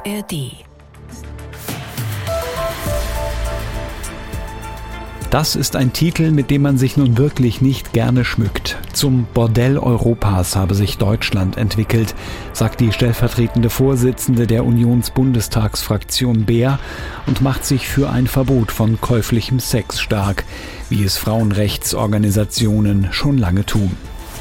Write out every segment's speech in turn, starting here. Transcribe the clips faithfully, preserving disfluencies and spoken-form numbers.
R D. Das ist ein Titel, mit dem man sich nun wirklich nicht gerne schmückt. Zum Bordell Europas habe sich Deutschland entwickelt, sagt die stellvertretende Vorsitzende der Unionsbundestagsfraktion Beer und macht sich für ein Verbot von käuflichem Sex stark, wie es Frauenrechtsorganisationen schon lange tun.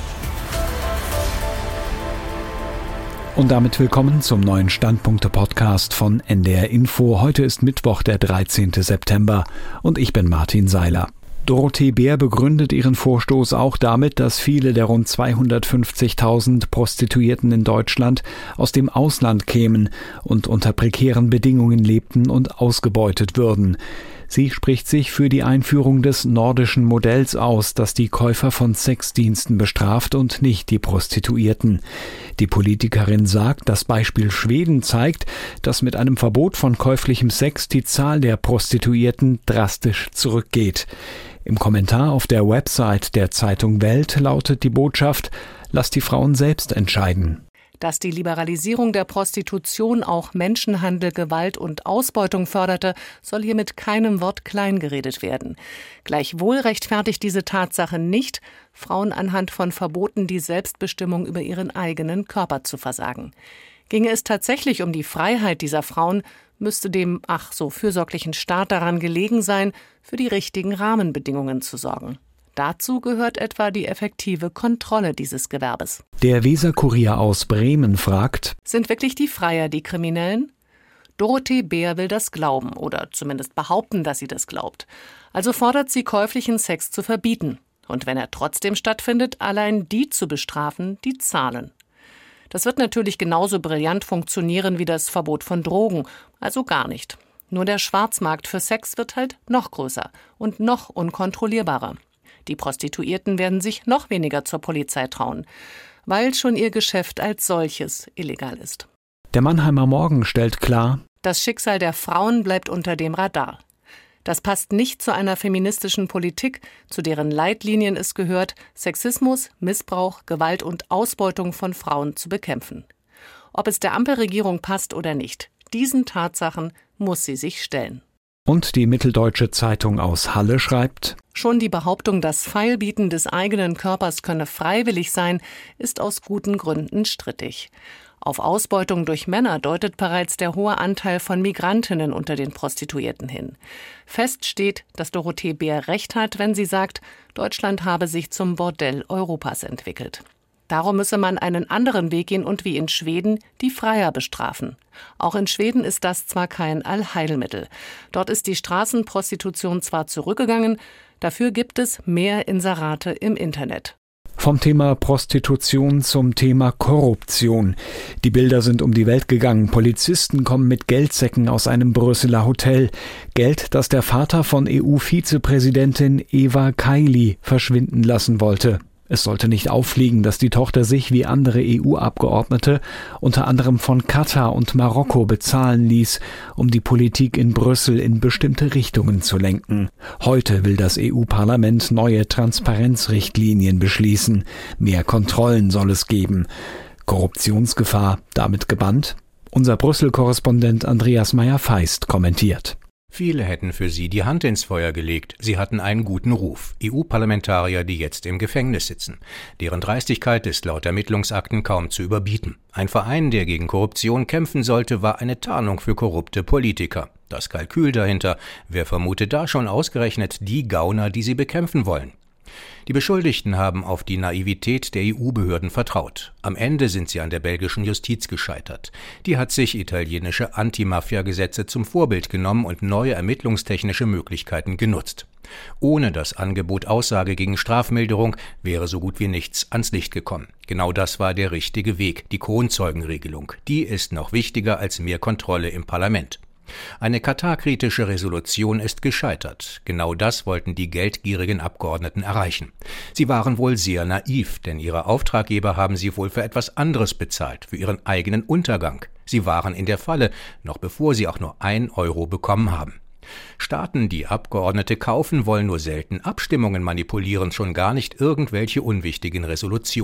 Und damit willkommen zum neuen Standpunkte-Podcast von N D R Info. Heute ist Mittwoch, der dreizehnten September und ich bin Martin Seiler. Dorothee Beer begründet ihren Vorstoß auch damit, dass viele der rund zweihundertfünfzigtausend Prostituierten in Deutschland aus dem Ausland kämen und unter prekären Bedingungen lebten und ausgebeutet würden. Sie spricht sich für die Einführung des nordischen Modells aus, das die Käufer von Sexdiensten bestraft und nicht die Prostituierten. Die Politikerin sagt, das Beispiel Schweden zeigt, dass mit einem Verbot von käuflichem Sex die Zahl der Prostituierten drastisch zurückgeht. Im Kommentar auf der Website der Zeitung Welt lautet die Botschaft: Lass die Frauen selbst entscheiden. Dass die Liberalisierung der Prostitution auch Menschenhandel, Gewalt und Ausbeutung förderte, soll hier mit keinem Wort kleingeredet werden. Gleichwohl rechtfertigt diese Tatsache nicht, Frauen anhand von Verboten die Selbstbestimmung über ihren eigenen Körper zu versagen. Ginge es tatsächlich um die Freiheit dieser Frauen, müsste dem ach so fürsorglichen Staat daran gelegen sein, für die richtigen Rahmenbedingungen zu sorgen. Dazu gehört etwa die effektive Kontrolle dieses Gewerbes. Der Weser-Kurier aus Bremen fragt: Sind wirklich die Freier die Kriminellen? Dorothee Beer will das glauben oder zumindest behaupten, dass sie das glaubt. Also fordert sie, käuflichen Sex zu verbieten. Und wenn er trotzdem stattfindet, allein die zu bestrafen, die zahlen. Das wird natürlich genauso brillant funktionieren wie das Verbot von Drogen, also gar nicht. Nur der Schwarzmarkt für Sex wird halt noch größer und noch unkontrollierbarer. Die Prostituierten werden sich noch weniger zur Polizei trauen, weil schon ihr Geschäft als solches illegal ist. Der Mannheimer Morgen stellt klar: Das Schicksal der Frauen bleibt unter dem Radar. Das passt nicht zu einer feministischen Politik, zu deren Leitlinien es gehört, Sexismus, Missbrauch, Gewalt und Ausbeutung von Frauen zu bekämpfen. Ob es der Ampelregierung passt oder nicht, diesen Tatsachen muss sie sich stellen. Und die Mitteldeutsche Zeitung aus Halle schreibt: Schon die Behauptung, das Feilbieten des eigenen Körpers könne freiwillig sein, ist aus guten Gründen strittig. Auf Ausbeutung durch Männer deutet bereits der hohe Anteil von Migrantinnen unter den Prostituierten hin. Fest steht, dass Dorothee Beer recht hat, wenn sie sagt, Deutschland habe sich zum Bordell Europas entwickelt. Darum müsse man einen anderen Weg gehen und wie in Schweden die Freier bestrafen. Auch in Schweden ist das zwar kein Allheilmittel. Dort ist die Straßenprostitution zwar zurückgegangen, dafür gibt es mehr Inserate im Internet. Vom Thema Prostitution zum Thema Korruption. Die Bilder sind um die Welt gegangen. Polizisten kommen mit Geldsäcken aus einem Brüsseler Hotel. Geld, das der Vater von E U-Vizepräsidentin Eva Kaili verschwinden lassen wollte. Es sollte nicht auffliegen, dass die Tochter sich wie andere E U-Abgeordnete unter anderem von Katar und Marokko bezahlen ließ, um die Politik in Brüssel in bestimmte Richtungen zu lenken. Heute will das E U-Parlament neue Transparenzrichtlinien beschließen. Mehr Kontrollen soll es geben. Korruptionsgefahr damit gebannt? Unser Brüssel-Korrespondent Andreas Meyer-Feist kommentiert. Viele hätten für sie die Hand ins Feuer gelegt. Sie hatten einen guten Ruf. E U-Parlamentarier, die jetzt im Gefängnis sitzen. Deren Dreistigkeit ist laut Ermittlungsakten kaum zu überbieten. Ein Verein, der gegen Korruption kämpfen sollte, war eine Tarnung für korrupte Politiker. Das Kalkül dahinter: Wer vermutet da schon ausgerechnet die Gauner, die sie bekämpfen wollen? Die Beschuldigten haben auf die Naivität der E U-Behörden vertraut. Am Ende sind sie an der belgischen Justiz gescheitert. Die hat sich italienische Anti-Mafia-Gesetze zum Vorbild genommen und neue ermittlungstechnische Möglichkeiten genutzt. Ohne das Angebot Aussage gegen Strafmilderung wäre so gut wie nichts ans Licht gekommen. Genau das war der richtige Weg, die Kronzeugenregelung. Die ist noch wichtiger als mehr Kontrolle im Parlament. Eine Katar-kritische Resolution ist gescheitert. Genau das wollten die geldgierigen Abgeordneten erreichen. Sie waren wohl sehr naiv, denn ihre Auftraggeber haben sie wohl für etwas anderes bezahlt, für ihren eigenen Untergang. Sie waren in der Falle, noch bevor sie auch nur ein Euro bekommen haben. Staaten, die Abgeordnete kaufen, wollen nur selten Abstimmungen manipulieren, schon gar nicht irgendwelche unwichtigen Resolutionen.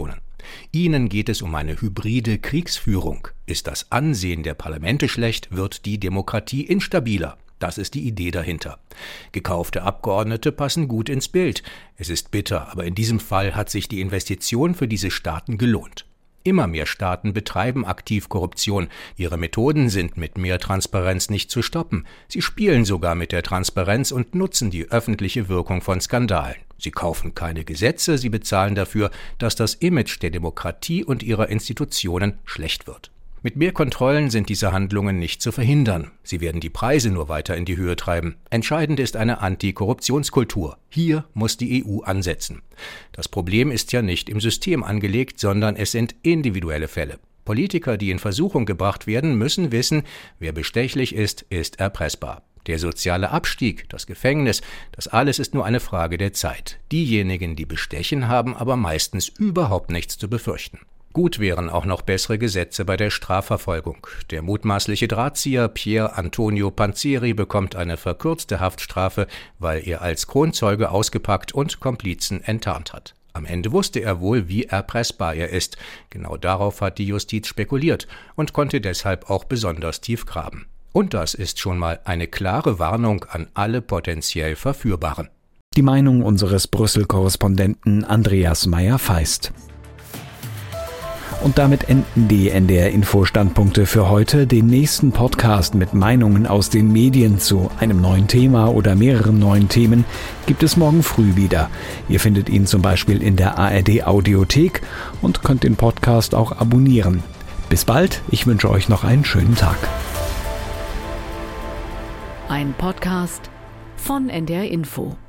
Ihnen geht es um eine hybride Kriegsführung. Ist das Ansehen der Parlamente schlecht, wird die Demokratie instabiler. Das ist die Idee dahinter. Gekaufte Abgeordnete passen gut ins Bild. Es ist bitter, aber in diesem Fall hat sich die Investition für diese Staaten gelohnt. Immer mehr Staaten betreiben aktiv Korruption. Ihre Methoden sind mit mehr Transparenz nicht zu stoppen. Sie spielen sogar mit der Transparenz und nutzen die öffentliche Wirkung von Skandalen. Sie kaufen keine Gesetze, sie bezahlen dafür, dass das Image der Demokratie und ihrer Institutionen schlecht wird. Mit mehr Kontrollen sind diese Handlungen nicht zu verhindern. Sie werden die Preise nur weiter in die Höhe treiben. Entscheidend ist eine Antikorruptionskultur. Hier muss die E U ansetzen. Das Problem ist ja nicht im System angelegt, sondern es sind individuelle Fälle. Politiker, die in Versuchung gebracht werden, müssen wissen, wer bestechlich ist, ist erpressbar. Der soziale Abstieg, das Gefängnis, das alles ist nur eine Frage der Zeit. Diejenigen, die bestechen, haben aber meistens überhaupt nichts zu befürchten. Gut wären auch noch bessere Gesetze bei der Strafverfolgung. Der mutmaßliche Drahtzieher Pier Antonio Panzeri bekommt eine verkürzte Haftstrafe, weil er als Kronzeuge ausgepackt und Komplizen enttarnt hat. Am Ende wusste er wohl, wie erpressbar er ist. Genau darauf hat die Justiz spekuliert und konnte deshalb auch besonders tief graben. Und das ist schon mal eine klare Warnung an alle potenziell Verführbaren. Die Meinung unseres Brüssel-Korrespondenten Andreas Meyer-Feist. Und damit enden die N D R-Info-Standpunkte für heute. Den nächsten Podcast mit Meinungen aus den Medien zu einem neuen Thema oder mehreren neuen Themen gibt es morgen früh wieder. Ihr findet ihn zum Beispiel in der A R D-Audiothek und könnt den Podcast auch abonnieren. Bis bald, ich wünsche euch noch einen schönen Tag. Ein Podcast von N D R Info.